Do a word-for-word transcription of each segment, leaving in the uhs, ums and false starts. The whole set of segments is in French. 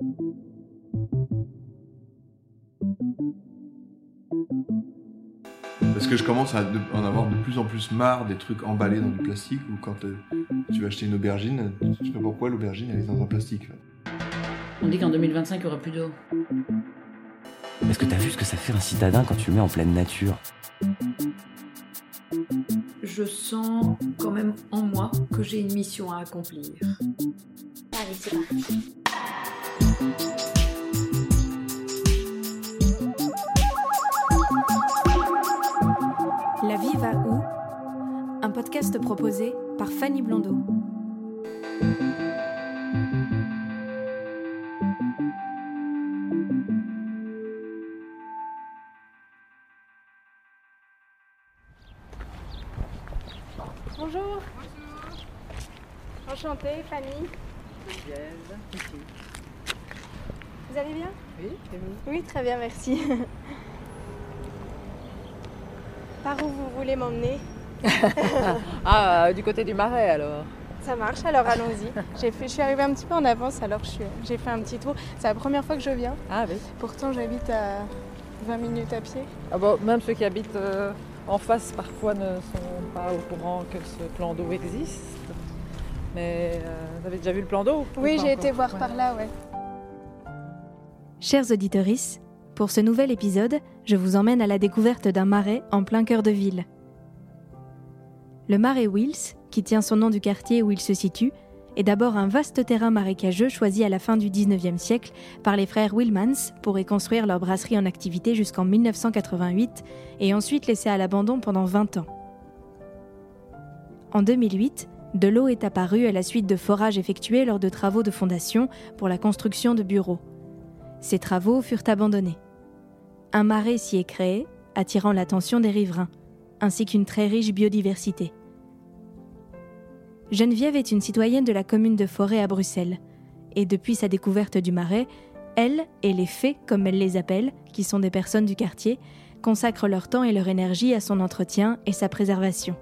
Parce que je commence à en avoir de plus en plus marre des trucs emballés dans du plastique, ou quand euh, tu vas acheter une aubergine, je sais pas pourquoi l'aubergine elle est dans un plastique. On dit qu'en deux mille vingt-cinq il n'y aura plus d'eau. Est-ce que t'as vu ce que ça fait un citadin quand tu le mets en pleine nature ? Je sens quand même en moi que j'ai une mission à accomplir. Allez, c'est parti. La vie va où ? Un podcast proposé par Fanny Blondeau. Bonjour. Bonjour. Enchantée, Fanny. Geneviève, ici. Vous allez bien ? Oui, et vous ? Oui, très bien, merci. Par où vous voulez m'emmener ? Ah, du côté du Marais alors. Ça marche, alors allons-y. J'ai fait, je suis arrivée un petit peu en avance, alors je suis, j'ai fait un petit tour. C'est la première fois que je viens. Ah oui. Pourtant, j'habite à vingt minutes à pied. Ah bon, même ceux qui habitent euh, en face parfois ne sont pas au courant que ce plan d'eau existe. Mais euh, vous avez déjà vu le plan d'eau ? Oui, j'ai été voir ouais. par là, ouais. Chers auditorices, pour ce nouvel épisode, je vous emmène à la découverte d'un marais en plein cœur de ville. Le marais Wills, qui tient son nom du quartier où il se situe, est d'abord un vaste terrain marécageux choisi à la fin du dix-neuvième siècle par les frères Wilmans pour y construire leur brasserie en activité jusqu'en dix-neuf cent quatre-vingt-huit et ensuite laissé à l'abandon pendant vingt ans. En deux mille huit, de l'eau est apparue à la suite de forages effectués lors de travaux de fondation pour la construction de bureaux. Ces travaux furent abandonnés. Un marais s'y est créé, attirant l'attention des riverains, ainsi qu'une très riche biodiversité. Geneviève est une citoyenne de la commune de Forêt à Bruxelles, et depuis sa découverte du marais, elle et les fées, comme elle les appelle, qui sont des personnes du quartier, consacrent leur temps et leur énergie à son entretien et sa préservation.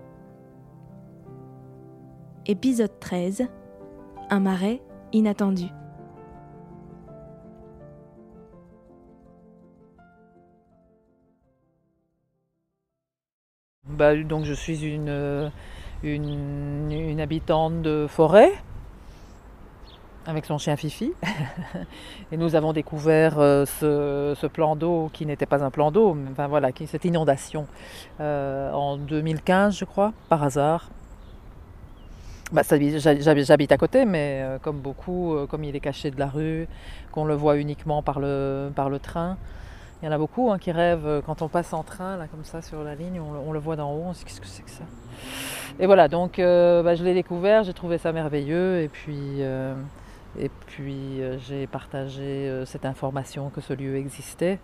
Épisode treize. Un marais inattendu. Bah, donc je suis une, une, une habitante de Forêt avec son chien Fifi et nous avons découvert euh, ce, ce plan d'eau qui n'était pas un plan d'eau, mais enfin, voilà, qui, cette inondation euh, en deux mille quinze je crois, par hasard. Bah, ça, j'habite, j'habite à côté, mais euh, comme beaucoup, euh, comme il est caché de la rue, qu'on le voit uniquement par le, par le train. Il y en a beaucoup hein, qui rêvent, quand on passe en train, là, comme ça, sur la ligne, on le, on le voit d'en haut, on se dit qu'est-ce que c'est que ça ? Et voilà, donc euh, bah, je l'ai découvert, j'ai trouvé ça merveilleux, et puis, euh, et puis euh, j'ai partagé euh, cette information que ce lieu existait.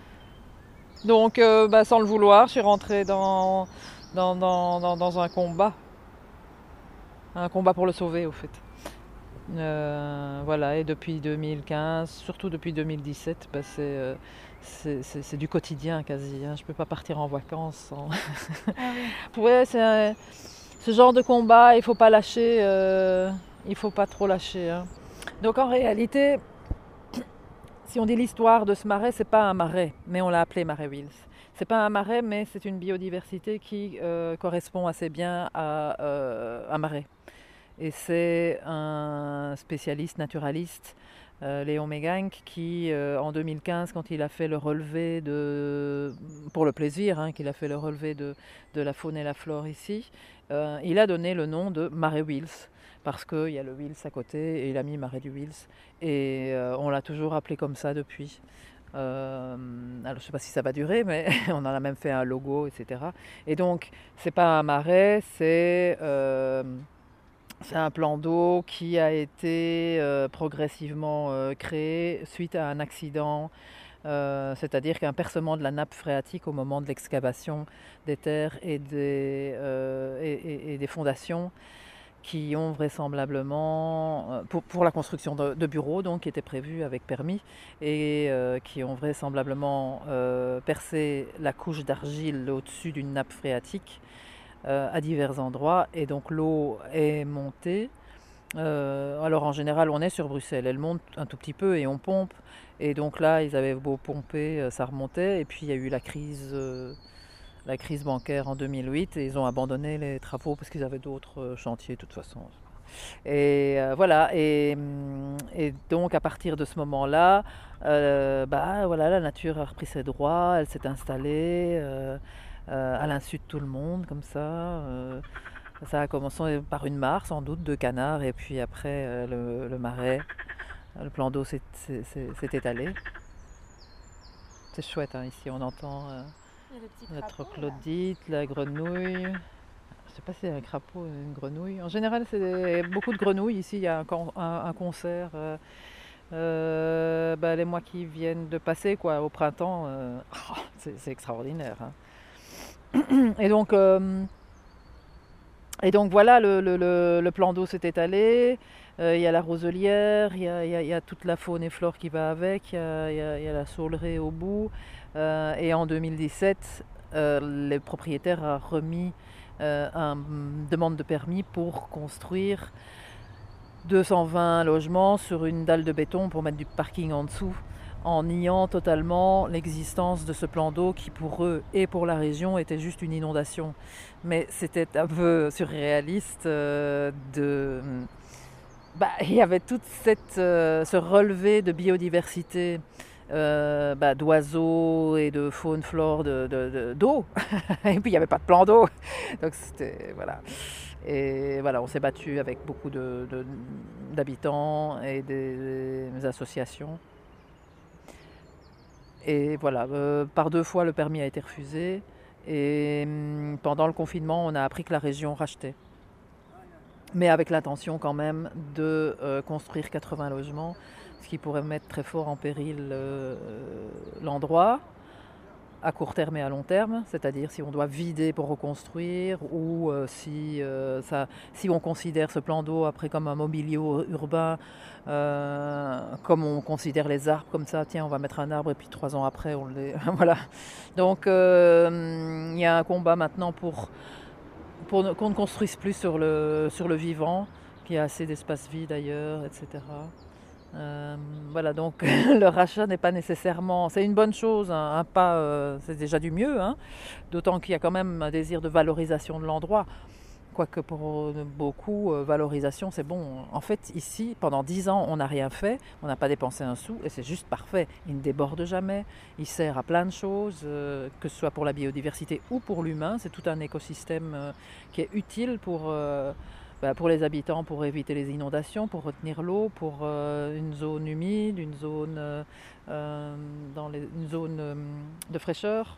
Donc, euh, bah, sans le vouloir, je suis rentrée dans, dans, dans, dans, dans un combat. Un combat pour le sauver, au fait. Euh, voilà, et depuis deux mille quinze, surtout depuis deux mille dix-sept, bah, c'est... Euh, C'est, c'est, c'est du quotidien quasi, hein. Je ne peux pas partir en vacances sans... Ah oui. Ouais, c'est un, ce genre de combat, il ne faut pas lâcher, euh, il ne faut pas trop lâcher. Hein. Donc en réalité, si on dit l'histoire de ce marais, ce n'est pas un marais, mais on l'a appelé Marais Wills. Ce n'est pas un marais, mais c'est une biodiversité qui euh, correspond assez bien à euh, un marais. Et c'est un spécialiste naturaliste, Euh, Léon Méganc, qui euh, en deux mille quinze, quand il a fait le relevé de, pour le plaisir, hein, qu'il a fait le relevé de, de la faune et la flore ici, euh, il a donné le nom de Marais Wills, parce qu'il y a le Wills à côté, et il a mis Marais du Wills, et euh, on l'a toujours appelé comme ça depuis. Euh, alors je ne sais pas si ça va durer, mais on en a même fait un logo, et cetera. Et donc, c'est pas un marais, c'est... Euh, C'est un plan d'eau qui a été euh, progressivement euh, créé suite à un accident, euh, c'est-à-dire qu'un percement de la nappe phréatique au moment de l'excavation des terres et des, euh, et, et, et des fondations qui ont vraisemblablement, euh, pour, pour la construction de, de bureaux, donc qui étaient prévus avec permis, et euh, qui ont vraisemblablement euh, percé la couche d'argile au-dessus d'une nappe phréatique à divers endroits, et donc l'eau est montée Euh, alors en général, on est sur Bruxelles, elle monte un tout petit peu et on pompe. Et donc là, ils avaient beau pomper, ça remontait. Et puis il y a eu la crise, euh, la crise bancaire en deux mille huit et ils ont abandonné les travaux parce qu'ils avaient d'autres chantiers de toute façon. Et euh, voilà, et, et donc à partir de ce moment-là, euh, bah, voilà, la nature a repris ses droits, elle s'est installée euh, euh, à l'insu de tout le monde, comme ça. Euh, ça a commencé par une mare, sans doute, de canards, et puis après euh, le, le marais, le plan d'eau s'est, s'est, s'est étalé. C'est chouette, hein, ici on entend euh, la troglodyte, la grenouille. Je ne sais pas si c'est un crapaud ou une grenouille. En général, c'est des, beaucoup de grenouilles. Ici, il y a un, un, un concert. Euh, euh, bah, les mois qui viennent de passer, quoi, au printemps, euh, oh, c'est, c'est extraordinaire. Hein. Et donc, euh, et donc voilà, le, le, le, le plan d'eau s'est étalé. Euh, il y a la roselière, il y a, il y a, il y a toute la faune et flore qui va avec. Il y a, il y a, il y a la saulerée au bout. Euh, et en deux mille dix-sept, euh, le propriétaire a remis Euh, une demande de permis pour construire deux cent vingt logements sur une dalle de béton pour mettre du parking en dessous, en niant totalement l'existence de ce plan d'eau qui pour eux et pour la région était juste une inondation. Mais c'était un peu surréaliste euh, de... Bah, il y avait tout cette, euh, ce relevé de biodiversité. Euh, bah, d'oiseaux et de faune, flore, de, de, de, d'eau. Et puis il n'y avait pas de plan d'eau. Donc c'était, voilà. Et voilà, on s'est battu avec beaucoup de, de, d'habitants et des, des associations. Et voilà, euh, par deux fois le permis a été refusé. Et hum, pendant le confinement, on a appris que la région rachetait. Mais avec l'intention quand même de euh, construire quatre-vingts logements, ce qui pourrait mettre très fort en péril euh, l'endroit, à court terme et à long terme, c'est-à-dire si on doit vider pour reconstruire ou euh, si, euh, ça, si on considère ce plan d'eau après comme un mobilier urbain, euh, comme on considère les arbres comme ça, tiens on va mettre un arbre et puis trois ans après on les... voilà. Donc euh, il y a un combat maintenant pour... Pour ne, qu'on ne construise plus sur le, sur le vivant, qu'il y a assez d'espace vide ailleurs, et cetera. Euh, voilà, donc le rachat n'est pas nécessairement... C'est une bonne chose, un, un pas, euh, c'est déjà du mieux, hein, d'autant qu'il y a quand même un désir de valorisation de l'endroit. Quoique pour beaucoup, euh, valorisation, c'est bon. En fait, ici, pendant dix ans, on n'a rien fait, on n'a pas dépensé un sou, et c'est juste parfait. Il ne déborde jamais, il sert à plein de choses, euh, que ce soit pour la biodiversité ou pour l'humain. C'est tout un écosystème euh, qui est utile pour, euh, bah, pour les habitants, pour éviter les inondations, pour retenir l'eau, pour euh, une zone humide, une zone, euh, euh, dans les, une zone euh, de fraîcheur.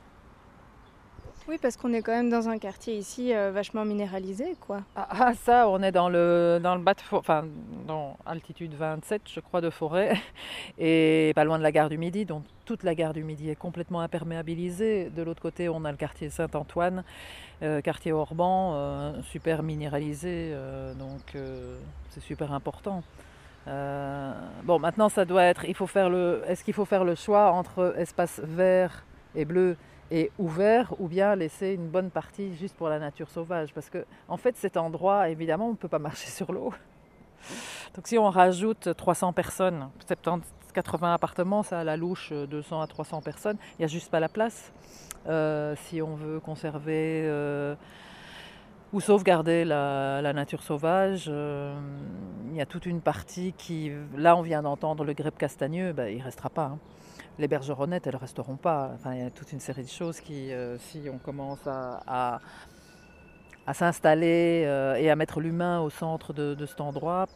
Oui, parce qu'on est quand même dans un quartier ici euh, vachement minéralisé, quoi. Ah, ah, ça, on est dans le, dans le bas de forêt, enfin, dans altitude vingt-sept, je crois, de forêt, et pas loin de la gare du Midi, donc toute la gare du Midi est complètement imperméabilisée. De l'autre côté, on a le quartier Saint-Antoine, euh, quartier Orban, euh, super minéralisé, euh, donc euh, c'est super important. Euh, bon, maintenant, ça doit être, il faut faire le, est-ce qu'il faut faire le choix entre espace vert et bleu et ouvert, ou bien laisser une bonne partie juste pour la nature sauvage, parce que en fait cet endroit, évidemment on ne peut pas marcher sur l'eau, donc si on rajoute trois cents personnes, soixante-dix à quatre-vingts appartements, ça à la louche deux cents à trois cents personnes, il n'y a juste pas la place. Euh, si on veut conserver euh, ou sauvegarder la, la nature sauvage, euh, il y a toute une partie qui, là on vient d'entendre le grèbe castagneux, ben, il ne restera pas, hein. Les bergeronnettes, elles ne resteront pas. Enfin, il y a toute une série de choses qui, euh, si on commence à, à, à s'installer euh, et à mettre l'humain au centre de, de cet endroit,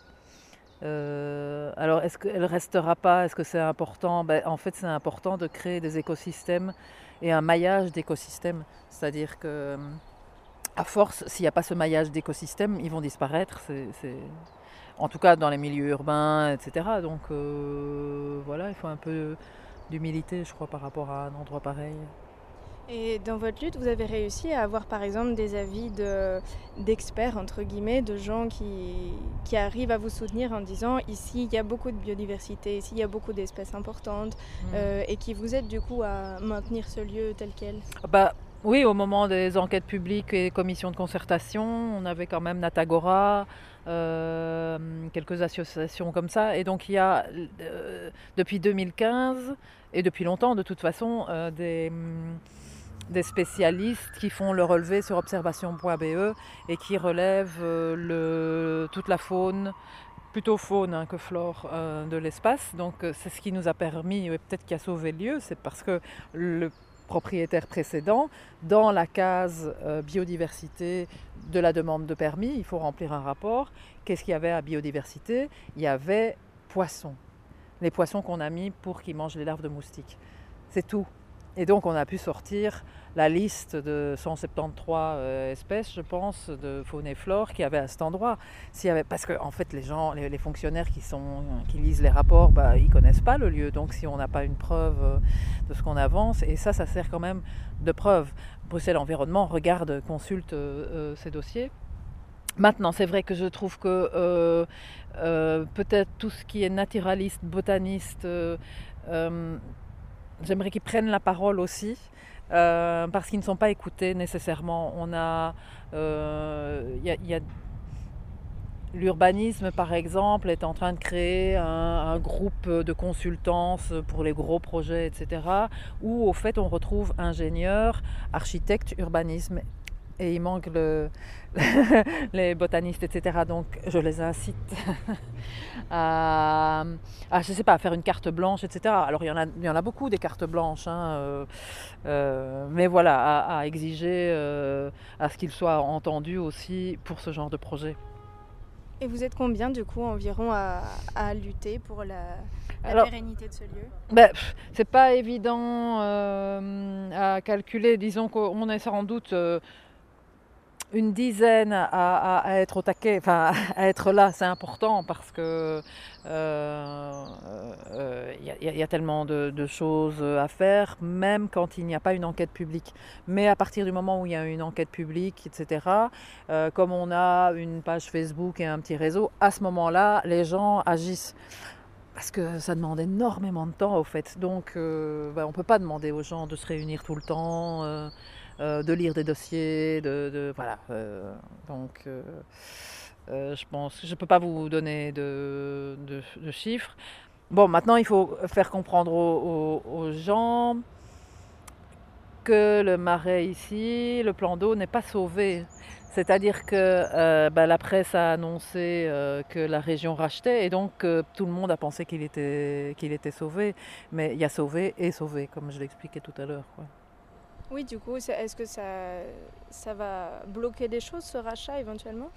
euh, alors est-ce qu'elle ne restera pas? Est-ce que c'est important? Ben, en fait, c'est important de créer des écosystèmes et un maillage d'écosystèmes. C'est-à-dire que, à force, s'il n'y a pas ce maillage d'écosystèmes, ils vont disparaître. C'est, c'est... En tout cas dans les milieux urbains, et cetera. Donc euh, voilà, il faut un peu d'humilité, je crois, par rapport à un endroit pareil. Et dans votre lutte, vous avez réussi à avoir par exemple des avis de, d'experts, entre guillemets, de gens qui, qui arrivent à vous soutenir en disant ici il y a beaucoup de biodiversité, ici il y a beaucoup d'espèces importantes, mmh. euh, et qui vous aident du coup à maintenir ce lieu tel quel? Bah, Oui, au moment des enquêtes publiques et commissions de concertation, on avait quand même Natagora, euh, quelques associations comme ça. Et donc il y a euh, depuis deux mille quinze et depuis longtemps de toute façon euh, des, des spécialistes qui font le relevé sur observation point b e et qui relèvent euh, le, toute la faune, plutôt faune hein, que flore euh, de l'espace. Donc euh, c'est ce qui nous a permis, et peut-être qui a sauvé le lieu, c'est parce que le propriétaire précédent, dans la case euh, biodiversité de la demande de permis, il faut remplir un rapport. Qu'est-ce qu'il y avait à biodiversité? Il y avait poissons. Les poissons qu'on a mis pour qu'ils mangent les larves de moustiques. C'est tout. Et donc on a pu sortir la liste de cent soixante-treize euh, espèces, je pense, de faune et flore qu'il y avait à cet endroit. S'il y avait, parce que en fait les gens, les, les fonctionnaires qui, sont, qui lisent les rapports, bah, ils ne connaissent pas le lieu. Donc si on n'a pas une preuve euh, de ce qu'on avance, et ça, ça sert quand même de preuve. Bruxelles Environnement regarde, consulte euh, euh, ces dossiers. Maintenant, c'est vrai que je trouve que euh, euh, peut-être tout ce qui est naturaliste, botaniste, euh, euh, j'aimerais qu'ils prennent la parole aussi, euh, parce qu'ils ne sont pas écoutés nécessairement. On a, euh, y a, y a l'urbanisme, par exemple, est en train de créer un, un groupe de consultance pour les gros projets, et cetera, où au fait on retrouve ingénieurs, architectes, urbanisme. Et il manque le, les botanistes, et cetera. Donc je les incite à, à, je sais pas, à faire une carte blanche, et cetera. Alors il y en a, il y en a beaucoup des cartes blanches, hein, euh, euh, mais voilà, à, à exiger euh, à ce qu'ils soient entendus aussi pour ce genre de projet. Et vous êtes combien du coup environ à, à lutter pour la, la Alors, pérennité de ce lieu? Ben, c'est pas évident euh, à calculer. Disons qu'on est sans doute euh, une dizaine à, à, à être au taquet, enfin à être là, c'est important parce que il euh, euh, y, y a tellement de, de choses à faire, même quand il n'y a pas une enquête publique. Mais à partir du moment où il y a une enquête publique, et cetera, euh, comme on a une page Facebook et un petit réseau, à ce moment-là, les gens agissent. Parce que ça demande énormément de temps, au fait. Donc, euh, ben, on ne peut pas demander aux gens de se réunir tout le temps, euh, euh, de lire des dossiers, de, de voilà. Euh, donc, euh, euh, je pense, je ne peux pas vous donner de, de, de chiffres. Bon, maintenant, il faut faire comprendre aux, aux, aux gens que le marais ici, le plan d'eau n'est pas sauvé. C'est-à-dire que euh, bah, la presse a annoncé euh, que la région rachetait et donc euh, tout le monde a pensé qu'il était, qu'il était sauvé. Mais il y a sauvé et sauvé, comme je l'expliquais tout à l'heure, quoi. Oui, du coup, est-ce que ça, ça va bloquer des choses, ce rachat, éventuellement?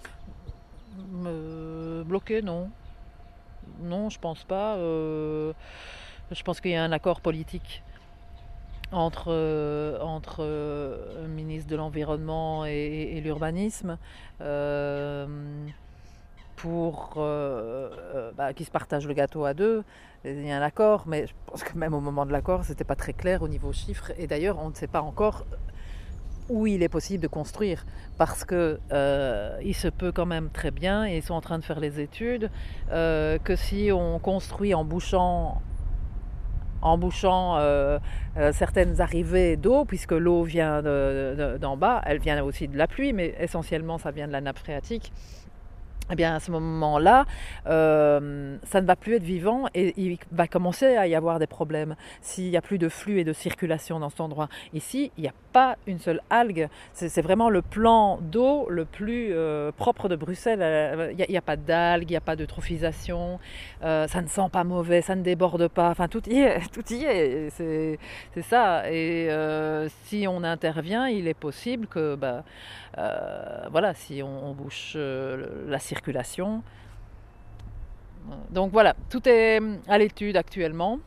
euh, Bloquer, non. Non, je pense pas. Euh, je pense qu'il y a un accord politique entre, euh, entre euh, le ministre de l'Environnement et, et, et l'urbanisme euh, pour euh, euh, bah, qu'ils se partagent le gâteau à deux. Il y a un accord, mais je pense que même au moment de l'accord, c'était pas très clair au niveau chiffres. Et d'ailleurs, on ne sait pas encore où il est possible de construire, parce que euh, il se peut quand même très bien, et ils sont en train de faire les études, euh, que si on construit en bouchant en bouchant euh, euh, certaines arrivées d'eau, puisque l'eau vient de, de, d'en bas, elle vient aussi de la pluie, mais essentiellement ça vient de la nappe phréatique. Eh bien à ce moment-là, euh, ça ne va plus être vivant et il va commencer à y avoir des problèmes s'il n'y a plus de flux et de circulation dans cet endroit. Ici, il n'y a pas une seule algue. C'est, c'est vraiment le plan d'eau le plus euh, propre de Bruxelles. Il n'y a, a pas d'algues, il n'y a pas d'eutrophisation, euh, ça ne sent pas mauvais, ça ne déborde pas. Enfin, tout y est, tout y est. C'est, c'est ça. Et euh, si on intervient, il est possible que, bah, euh, voilà, si on, on bouche euh, la circulation, circulation. Donc voilà, tout est à l'étude actuellement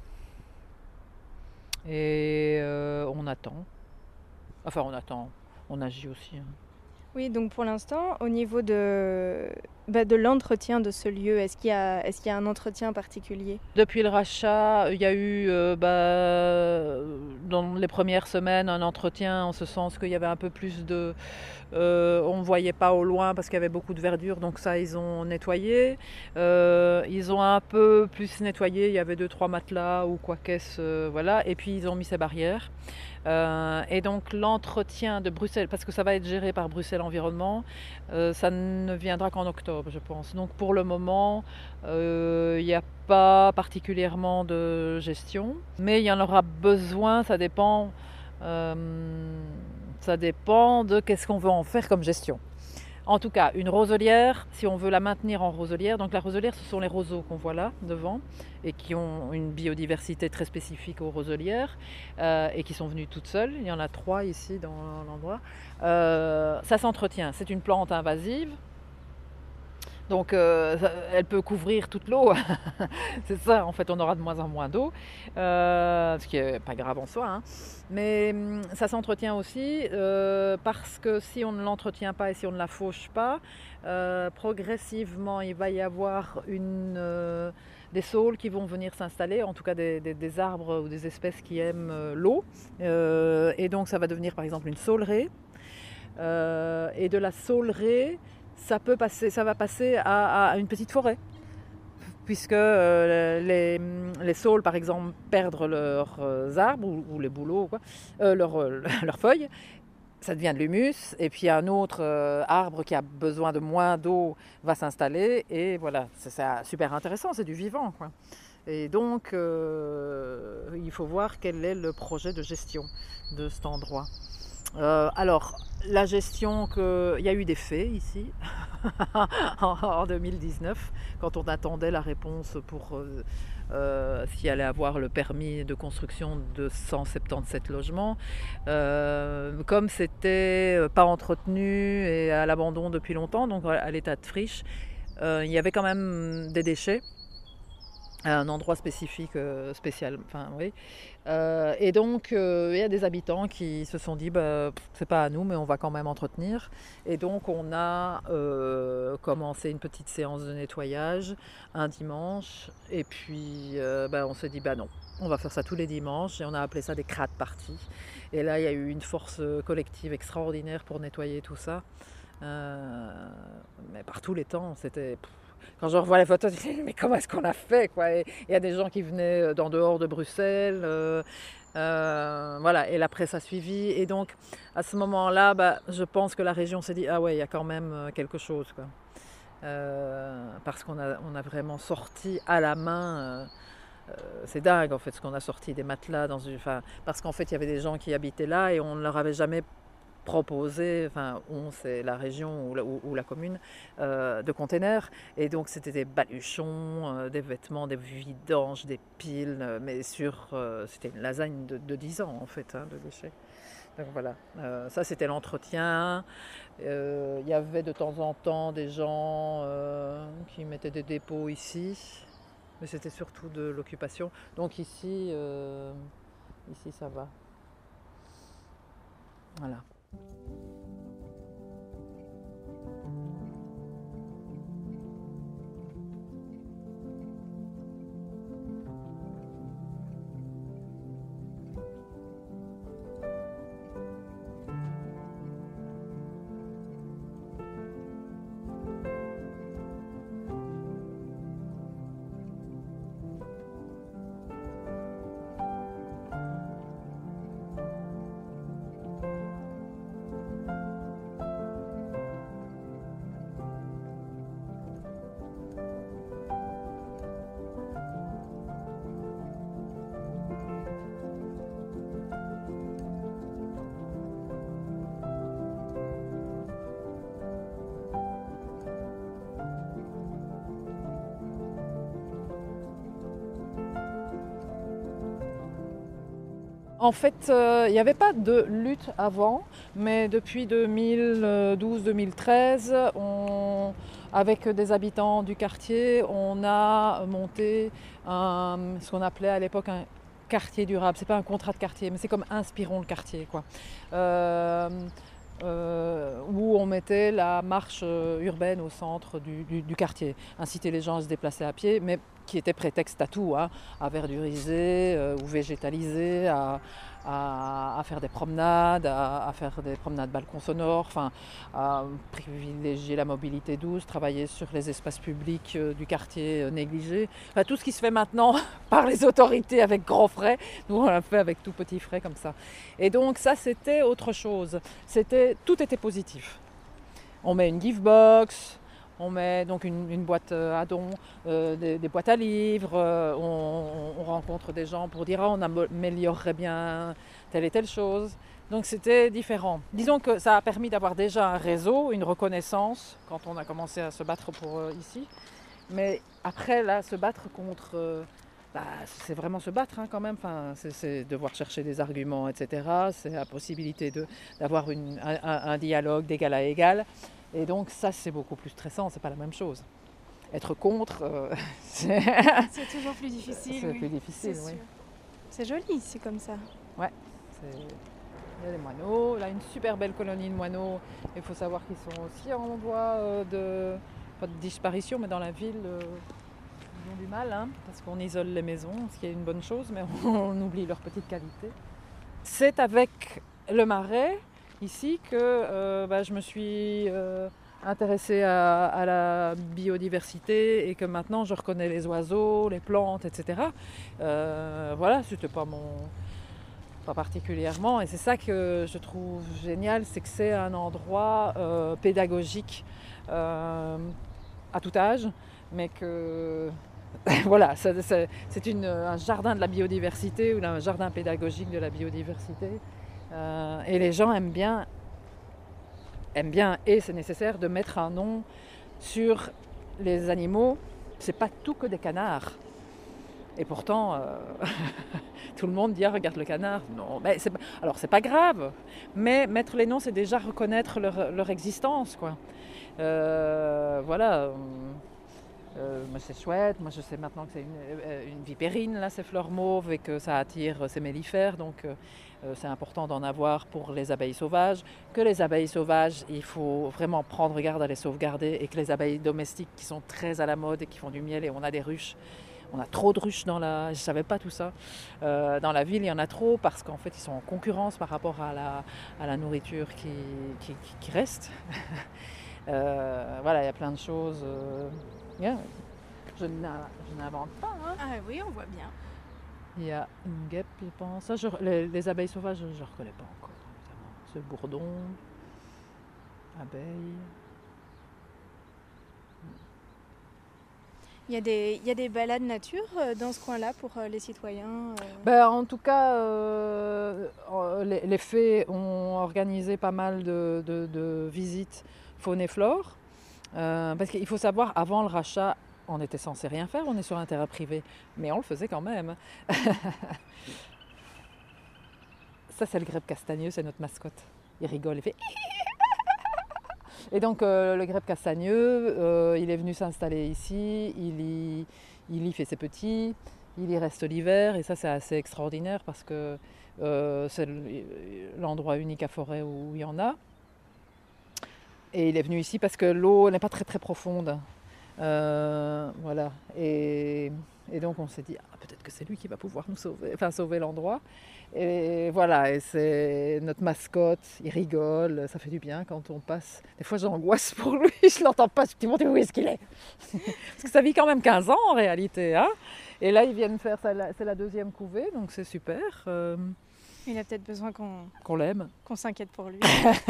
et euh, on attend. Enfin, on attend, on agit aussi. Hein. Oui, donc pour l'instant, au niveau de, bah, de l'entretien de ce lieu, est-ce qu'il y a, est-ce qu'il y a un entretien particulier? Depuis le rachat, il y a eu euh, bah, dans les premières semaines un entretien en ce sens qu'il y avait un peu plus de... Euh, on ne voyait pas au loin parce qu'il y avait beaucoup de verdure, donc ça ils ont nettoyé. Euh, ils ont un peu plus nettoyé, il y avait deux trois matelas ou quoi qu'est-ce, euh, voilà. Et puis ils ont mis ces barrières. Euh, et donc l'entretien de Bruxelles, parce que ça va être géré par Bruxelles Environnement, euh, ça ne viendra qu'en octobre, je pense. Donc pour le moment, euh, il n'y a pas particulièrement de gestion, mais il y en aura besoin, ça dépend, euh, ça dépend de qu'est-ce qu'on veut en faire comme gestion. En tout cas, une roselière, si on veut la maintenir en roselière, donc la roselière, ce sont les roseaux qu'on voit là, devant, et qui ont une biodiversité très spécifique aux roselières, euh, et qui sont venues toutes seules. Il y en a trois ici dans l'endroit. Euh, ça s'entretient, c'est une plante invasive. Donc euh, elle peut couvrir toute l'eau, c'est ça, en fait on aura de moins en moins d'eau, euh, ce qui n'est pas grave en soi, hein. Mais ça s'entretient aussi euh, parce que si on ne l'entretient pas et si on ne la fauche pas, euh, progressivement il va y avoir une, euh, des saules qui vont venir s'installer, en tout cas des, des, des arbres ou des espèces qui aiment euh, l'eau, euh, et donc ça va devenir par exemple une sauleraie, euh, et de la sauleraie, Ça, peut passer, ça va passer à, à une petite forêt, puisque euh, les, les saules, par exemple, perdent leurs euh, arbres, ou, ou les bouleaux, quoi, euh, leurs, euh, leurs feuilles, ça devient de l'humus, et puis un autre euh, arbre qui a besoin de moins d'eau va s'installer, et voilà, c'est, c'est super intéressant, c'est du vivant, quoi. Et donc, euh, il faut voir quel est le projet de gestion de cet endroit. Euh, alors, la gestion, que... il y a eu des faits ici, en deux mille dix-neuf, quand on attendait la réponse pour euh, euh, s'il allait avoir le permis de construction de cent soixante-dix-sept logements. Euh, comme c'était pas entretenu et à l'abandon depuis longtemps, donc à l'état de friche, euh, il y avait quand même des déchets. À un endroit spécifique, euh, spécial, enfin oui. Euh, et donc euh, il y a des habitants qui se sont dit bah, c'est pas à nous mais on va quand même entretenir. Et donc on a euh, commencé une petite séance de nettoyage un dimanche et puis euh, bah, on s'est dit bah non, on va faire ça tous les dimanches et on a appelé ça des crade parties. Et là il y a eu une force collective extraordinaire pour nettoyer tout ça. Euh, mais par tous les temps, c'était... Quand je revois les photos, je me dis mais comment est-ce qu'on a fait quoi. Il y a des gens qui venaient d'en dehors de Bruxelles, euh, euh, voilà, et la presse a suivi. Et donc à ce moment-là, bah, je pense que la région s'est dit ah ouais, il y a quand même quelque chose quoi. Euh, parce qu'on a, on a vraiment sorti à la main. Euh, euh, c'est dingue en fait ce qu'on a sorti des matelas dans une, enfin, parce qu'en fait il y avait des gens qui habitaient là et on ne leur avait jamais proposé, enfin on c'est la région ou la, ou, ou la commune, euh, de containers, et donc c'était des baluchons, euh, des vêtements, des vidanges, des piles, euh, mais sur, euh, c'était une lasagne de, de dix ans en fait, hein, de déchets. Donc voilà, euh, ça c'était l'entretien. Il euh, y avait de temps en temps des gens euh, qui mettaient des dépôts ici, mais c'était surtout de l'occupation. Donc ici, euh, ici ça va. Voilà. En fait, euh, il n'y avait pas de lutte avant, mais depuis deux mille douze deux mille treize, on, avec des habitants du quartier, on a monté un, ce qu'on appelait à l'époque un quartier durable. C'est pas un contrat de quartier, mais c'est comme Inspirons le quartier, quoi. Euh, euh, où on mettait la marche euh, urbaine au centre du, du, du quartier, inciter les gens à se déplacer à pied, mais qui était prétexte à tout, hein, à verduriser euh, ou végétaliser, à, à, à faire des promenades, à, à faire des promenades balcons sonores, enfin, à privilégier la mobilité douce, travailler sur les espaces publics euh, du quartier euh, négligés. Enfin, tout ce qui se fait maintenant par les autorités avec grands frais, nous on l'a fait avec tout petits frais comme ça. Et donc ça c'était autre chose, c'était, tout était positif. On met une gift box, on met donc une, une boîte à dons, euh, des, des boîtes à livres, euh, on, on rencontre des gens pour dire ah, on améliorerait bien telle et telle chose. Donc c'était différent. Disons que ça a permis d'avoir déjà un réseau, une reconnaissance quand on a commencé à se battre pour euh, ici. Mais après là, se battre contre, euh, bah, c'est vraiment se battre hein, quand même. Enfin, c'est, c'est devoir chercher des arguments, et cetera. C'est la possibilité de, d'avoir une, un, un dialogue d'égal à égal. Et donc ça c'est beaucoup plus stressant, c'est pas la même chose. Être contre, euh, c'est... c'est toujours plus difficile. C'est oui. plus difficile, c'est oui. Sûr. C'est joli, c'est comme ça. Ouais, c'est... il y a des moineaux, là une super belle colonie de moineaux. Il faut savoir qu'ils sont aussi en voie euh, de, pas de disparition, mais dans la ville, euh, ils ont du mal, hein, parce qu'on isole les maisons, ce qui est une bonne chose, mais on, on oublie leur petite qualité. C'est avec le Marais, ici que euh, bah, je me suis euh, intéressée à, à la biodiversité et que maintenant je reconnais les oiseaux, les plantes, et cetera. Euh, voilà, c'était pas mon... pas particulièrement. Et c'est ça que je trouve génial, c'est que c'est un endroit euh, pédagogique euh, à tout âge, mais que... voilà, c'est, c'est, c'est une, un jardin de la biodiversité ou un jardin pédagogique de la biodiversité. Euh, et les gens aiment bien, aiment bien, et c'est nécessaire de mettre un nom sur les animaux. C'est pas tout que des canards. Et pourtant, euh, tout le monde dit ah, regarde le canard. Non, mais c'est, alors c'est pas grave, mais mettre les noms, c'est déjà reconnaître leur, leur existence, quoi. Euh, voilà. Euh, moi c'est chouette, moi je sais maintenant que c'est une, une vipérine, là c'est fleur mauve et que ça attire ces mellifères, donc euh, c'est important d'en avoir pour les abeilles sauvages, que les abeilles sauvages il faut vraiment prendre garde à les sauvegarder et que les abeilles domestiques qui sont très à la mode et qui font du miel, et on a des ruches, on a trop de ruches dans la, je savais pas tout ça, euh, dans la ville il y en a trop parce qu'en fait ils sont en concurrence par rapport à la, à la nourriture qui, qui, qui, qui reste. euh, voilà, il y a plein de choses... Euh, Yeah. Je, n'a, je n'invente pas. Hein. Ah oui, on voit bien. Il y a une guêpe, je pense. Ça, je, les, les abeilles sauvages, je ne reconnais pas encore. Ce bourdon, abeille. Il y a des, il y a des balades nature dans ce coin-là pour les citoyens euh... ben, En tout cas, euh, les, les fées ont organisé pas mal de, de, de visites faune et flore. Euh, parce qu'il faut savoir, avant le rachat, on était censé rien faire, on est sur un terrain privé, mais on le faisait quand même. Ça, c'est le grèbe castagneux, c'est notre mascotte. Il rigole, il fait... Et donc, euh, le grèbe castagneux, euh, il est venu s'installer ici, il y, il y fait ses petits, il y reste l'hiver, et ça, c'est assez extraordinaire parce que euh, c'est l'endroit unique à Forêt où il y en a. Et il est venu ici parce que l'eau n'est pas très très profonde. Euh, voilà. Et, et donc on s'est dit, ah, peut-être que c'est lui qui va pouvoir nous sauver, enfin sauver l'endroit. Et voilà, et c'est notre mascotte, il rigole, ça fait du bien quand on passe. Des fois j'angoisse pour lui, je l'entends pas, je me dis où est-ce qu'il est, parce que ça vit quand même quinze ans en réalité. Hein, et là ils viennent faire, c'est la deuxième couvée, donc c'est super. Euh, il a peut-être besoin qu'on, qu'on l'aime. Qu'on s'inquiète pour lui.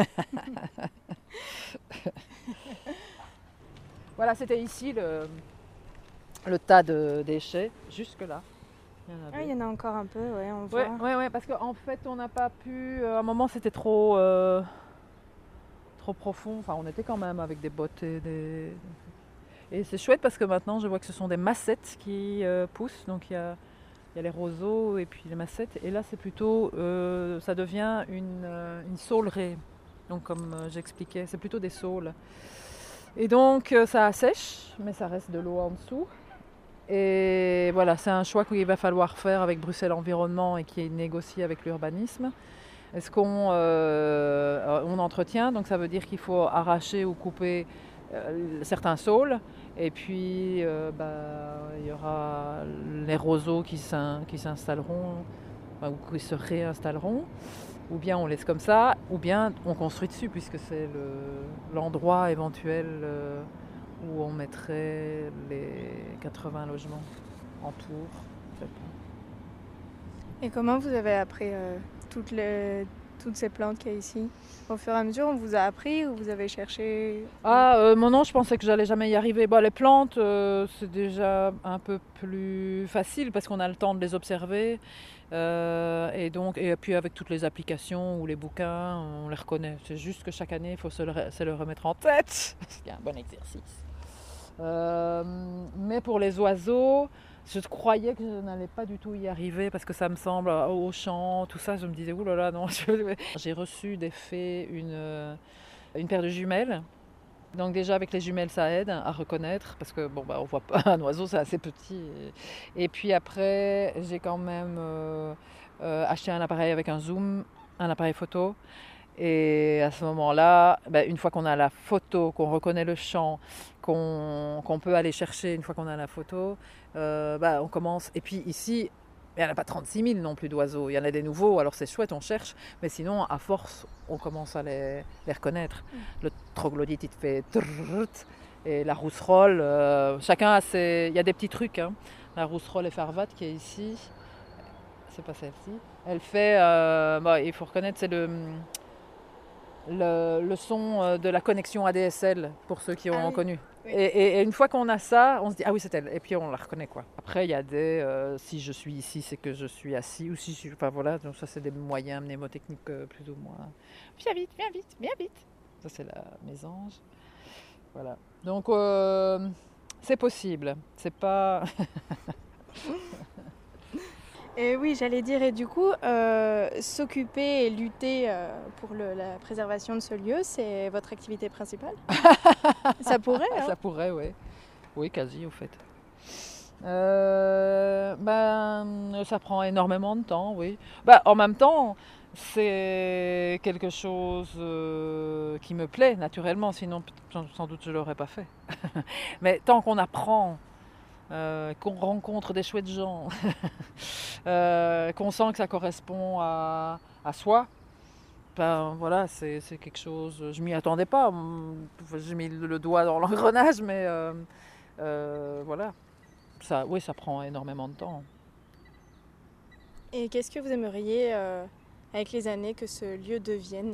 Voilà, c'était ici le, le tas de déchets, jusque là. Il y en, ah, il y en a encore un peu, ouais, on ouais, voit. Ouais, ouais, parce qu'en fait, on n'a pas pu... À un moment, c'était trop, euh, trop profond. Enfin, on était quand même avec des bottes et des... Et c'est chouette parce que maintenant, je vois que ce sont des massettes qui euh, poussent. Donc, il y a, il y a les roseaux et puis les massettes. Et là, c'est plutôt... Euh, ça devient une, euh, une saulerée. Donc, comme euh, j'expliquais, c'est plutôt des saules. Et donc, euh, ça assèche, mais ça reste de l'eau en dessous. Et voilà, c'est un choix qu'il va falloir faire avec Bruxelles Environnement et qui est négocié avec l'urbanisme. Est-ce qu'on euh, on entretient? Donc ça veut dire qu'il faut arracher ou couper euh, certains saules. Et puis euh, bah, il y aura les roseaux qui, s'in, qui s'installeront enfin, ou qui se réinstalleront. Ou bien on laisse comme ça, ou bien on construit dessus puisque c'est le, l'endroit éventuel euh, où on mettrait les quatre-vingts logements en tour. En fait. Et comment vous avez appris euh, toutes, les, toutes ces plantes qu'il y a ici? Au fur et à mesure, on vous a appris ou vous avez cherché? Ah, euh, mon non, je pensais que j'allais jamais y arriver. Bon, les plantes, euh, c'est déjà un peu plus facile parce qu'on a le temps de les observer. Euh, et donc, et puis avec toutes les applications ou les bouquins, on les reconnaît. C'est juste que chaque année, il faut se le, se le remettre en tête. C'est un bon exercice. Euh, mais pour les oiseaux, je croyais que je n'allais pas du tout y arriver parce que ça me semble au chant, tout ça, je me disais oulala non. J'ai reçu des fées une, une paire de jumelles. Donc déjà avec les jumelles ça aide à reconnaître parce que bon bah on voit pas un oiseau, c'est assez petit. Et puis après j'ai quand même euh, euh, acheté un appareil avec un zoom, un appareil photo. Et à ce moment-là, bah, une fois qu'on a la photo, qu'on reconnaît le champ, qu'on, qu'on peut aller chercher une fois qu'on a la photo, euh, bah, on commence. Et puis ici, il n'y en a pas trente-six mille non plus d'oiseaux. Il y en a des nouveaux, alors c'est chouette, on cherche. Mais sinon, à force, on commence à les, les reconnaître. Le troglodyte, il te fait trrrt, et la rousserolle, euh, chacun a ses... Il y a des petits trucs. Hein. La rousserolle effarvate qui est ici, c'est pas celle-ci. Elle fait, euh, bah, il faut reconnaître, c'est le... Le, le son de la connexion A D S L pour ceux qui ont ah oui. connu. Oui. Et, et, et une fois qu'on a ça, on se dit ah oui c'est elle. Et puis on la reconnaît quoi. Après il y a des euh, si je suis ici c'est que je suis assis ou si je suis enfin voilà donc ça c'est des moyens mnémotechniques euh, plus ou moins. Viens vite, viens vite, viens vite. Ça c'est la mésange. Voilà. Donc euh, c'est possible. C'est pas. Et oui, j'allais dire, et du coup, euh, s'occuper et lutter euh, pour le, la préservation de ce lieu, c'est votre activité principale? Ça pourrait, hein? Ça pourrait, oui. Oui, quasi, au fait. Euh, ben, ça prend énormément de temps, oui. Ben, en même temps, c'est quelque chose euh, qui me plaît, naturellement, sinon sans doute je ne l'aurais pas fait. Mais tant qu'on apprend... Euh, qu'on rencontre des chouettes gens, euh, qu'on sent que ça correspond à, à soi, ben voilà, c'est, c'est quelque chose, je m'y attendais pas, j'ai mis le doigt dans l'engrenage, mais euh, euh, voilà, ça, oui, ça prend énormément de temps. Et qu'est-ce que vous aimeriez, euh, avec les années, que ce lieu devienne?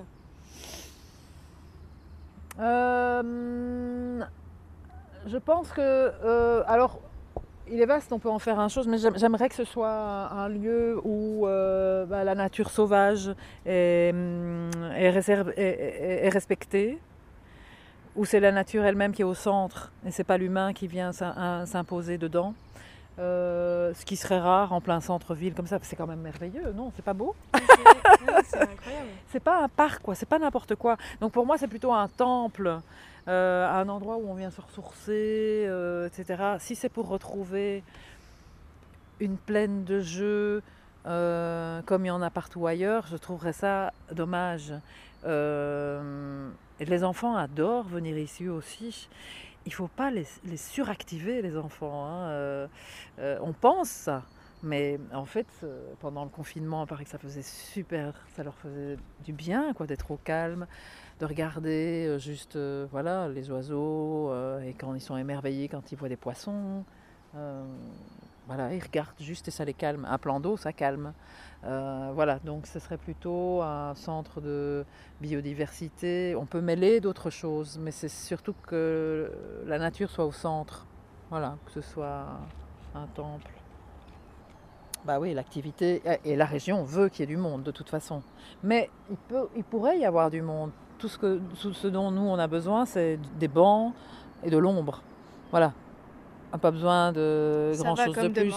euh, Je pense que, euh, alors, il est vaste, on peut en faire un chose, mais j'aimerais que ce soit un lieu où euh, bah, la nature sauvage est, est, réserve, est, est, est respectée, où c'est la nature elle-même qui est au centre et c'est pas l'humain qui vient s'imposer dedans. Euh, ce qui serait rare en plein centre-ville comme ça, c'est quand même merveilleux, non? C'est pas beau? C'est incroyable. C'est pas un parc, quoi, c'est pas n'importe quoi. Donc pour moi, c'est plutôt un temple, euh, un endroit où on vient se ressourcer, euh, et cetera. Si c'est pour retrouver une plaine de jeux euh, comme il y en a partout ailleurs, je trouverais ça dommage. Euh, et les enfants adorent venir ici aussi. Il ne faut pas les, les suractiver, les enfants. Hein. Euh, euh, on pense ça, mais en fait, euh, pendant le confinement, il paraît que ça faisait super, ça leur faisait du bien, quoi, d'être au calme, de regarder euh, juste, euh, voilà, les oiseaux, euh, et quand ils sont émerveillés, quand ils voient des poissons, euh, voilà, ils regardent juste et ça les calme. Un plan d'eau, ça calme. Euh, voilà, donc ce serait plutôt un centre de biodiversité. On peut mêler d'autres choses, mais c'est surtout que la nature soit au centre. Voilà, que ce soit un temple. Bah oui, l'activité, et la région veut qu'il y ait du monde de toute façon. Mais il, peut, il pourrait y avoir du monde. Tout ce, que, tout ce dont nous on a besoin, c'est des bancs et de l'ombre. Voilà. On n'a pas besoin de ça grand va chose comme de plus.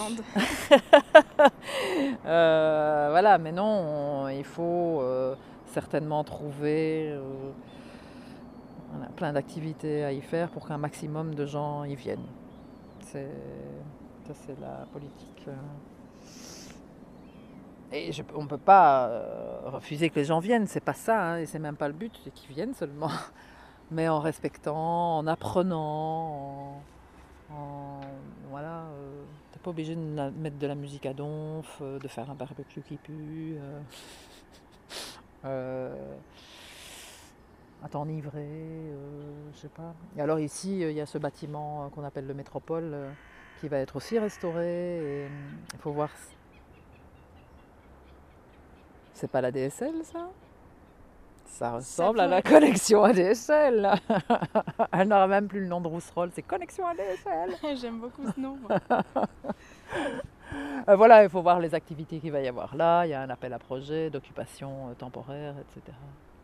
euh, voilà, mais non, on, il faut euh, certainement trouver euh, voilà, plein d'activités à y faire pour qu'un maximum de gens y viennent. C'est, ça, c'est la politique. Et je, on ne peut pas euh, refuser que les gens viennent, c'est pas ça, hein, et c'est même pas le but, c'est qu'ils viennent seulement. Mais en respectant, en apprenant, en, en voilà, euh, t'es pas obligé de la, mettre de la musique à donf, euh, de faire un barbecue qui pue, euh, euh, à t'enivrer, euh, je sais pas. Et alors ici, il y a ce bâtiment qu'on appelle le Métropole, euh, qui va être aussi restauré. Il faut voir. C'est pas la D S L, ça ? Ça ressemble ça à la connexion A D S L. Elle n'aura même plus le nom de Rousserolle, c'est connexion A D S L. J'aime beaucoup ce nom. euh, voilà, il faut voir les activités qu'il va y avoir là. Il y a un appel à projet d'occupation euh, temporaire, et cetera.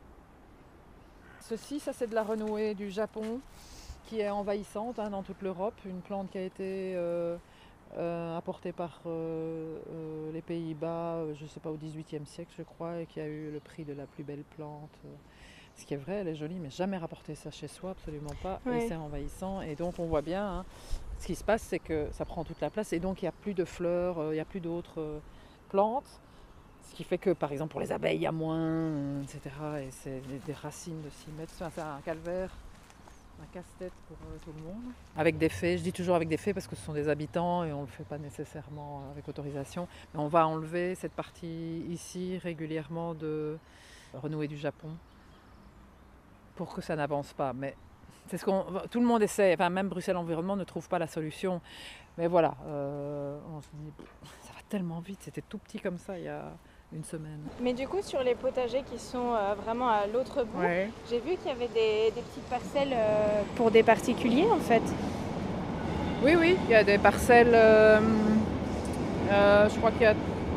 Ceci, ça c'est de la renouée du Japon qui est envahissante hein, dans toute l'Europe. Une plante qui a été euh, euh, apportée par euh, euh, les Pays-Bas, je ne sais pas, au dix-huitième siècle je crois, et qui a eu le prix de la plus belle plante. Ce qui est vrai, elle est jolie, mais jamais rapporter ça chez soi, absolument pas. Oui. Et c'est envahissant. Et donc on voit bien, hein, ce qui se passe, c'est que ça prend toute la place et donc il n'y a plus de fleurs, euh, il n'y a plus d'autres euh, plantes. Ce qui fait que, par exemple, pour les abeilles, il y a moins, et cetera. Et c'est des racines de six mètres. C'est un calvaire, un casse-tête pour euh, tout le monde. Avec des fées, je dis toujours avec des fées parce que ce sont des habitants et on ne le fait pas nécessairement avec autorisation. Mais on va enlever cette partie ici régulièrement de renouée du Japon pour que ça n'avance pas. Mais c'est ce qu'on, tout le monde essaie, enfin même Bruxelles Environnement ne trouve pas la solution. Mais voilà, euh, on se dit, ça va tellement vite, c'était tout petit comme ça il y a une semaine. Mais du coup, sur les potagers qui sont euh, vraiment à l'autre bout, ouais. J'ai vu qu'il y avait des, des petites parcelles euh, pour des particuliers en fait. Oui, oui, il y a des parcelles, euh, euh, je crois qu'il y a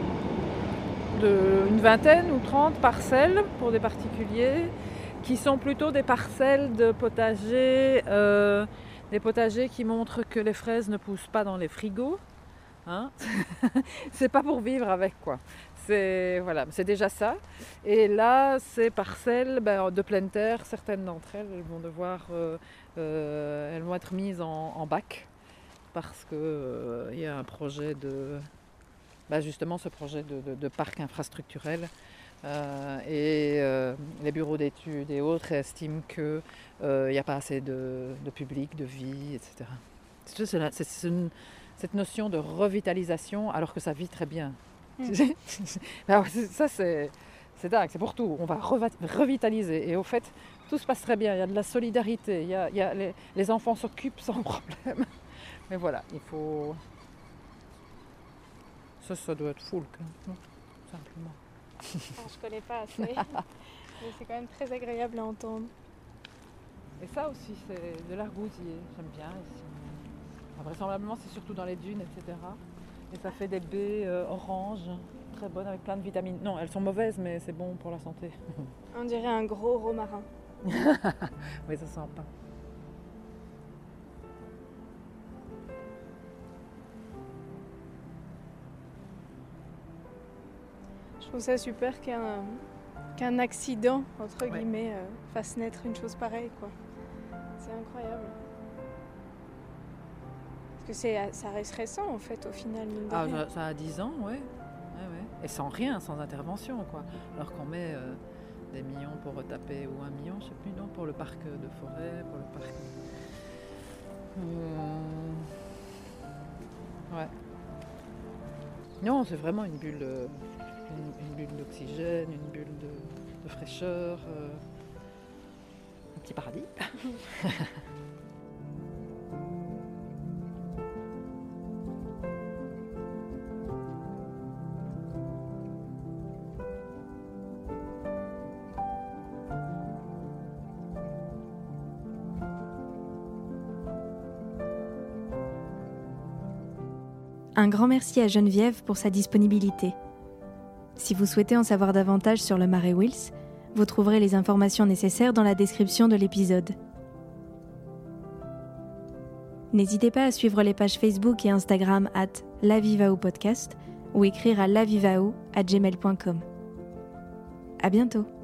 de, une vingtaine ou trente parcelles pour des particuliers qui sont plutôt des parcelles de potagers, euh, des potagers qui montrent que les fraises ne poussent pas dans les frigos. Hein. C'est pas pour vivre avec quoi. C'est, voilà, c'est déjà ça. Et là, ces parcelles ben, de pleine terre, certaines d'entre elles, elles vont devoir, euh, euh, elles vont être mises en, en bac parce que euh, y a un projet de, ben, justement, ce projet de, de, de parc infrastructurel. Euh, et euh, les bureaux d'études et autres estiment qu'il n'y euh, a pas assez de, de public, de vie, et cetera. C'est, c'est, c'est, c'est une, cette notion de revitalisation alors que ça vit très bien. Mmh. Alors, ça c'est, c'est dingue, c'est pour tout. On va revitaliser et au fait tout se passe très bien. Il y a de la solidarité, il y a, il y a les, les enfants s'occupent sans problème. Mais voilà, il faut... Ça, ça doit être full, non ? Simplement. Ah, je connais pas assez, mais c'est quand même très agréable à entendre. Et ça aussi, c'est de l'argousier, j'aime bien ici. Enfin, vraisemblablement, c'est surtout dans les dunes, et cetera. Et ça fait des baies euh, oranges, très bonnes, avec plein de vitamines. Non, elles sont mauvaises, mais c'est bon pour la santé. On dirait un gros romarin. Oui, ça sent pas. Je trouve ça super qu'un, qu'un accident, entre guillemets, ouais. euh, fasse naître une chose pareille, quoi. C'est incroyable. Parce que c'est, ça reste récent, en fait, au final. Ah, ça, ça a dix ans, ouais. ouais, ouais. Et sans rien, sans intervention, quoi. Alors qu'on met euh, des millions pour retaper, ou un million, je sais plus, non, pour le parc de forêt, pour le parc... Hum... Ouais. Non, c'est vraiment une bulle... Euh... Une, une bulle d'oxygène, une bulle de, de fraîcheur, euh, un petit paradis. Un grand merci à Geneviève pour sa disponibilité. Si vous souhaitez en savoir davantage sur le Marais Wils, vous trouverez les informations nécessaires dans la description de l'épisode. N'hésitez pas à suivre les pages Facebook et Instagram at lavivao podcast ou écrire à lavivao arobase gmail point com. À bientôt.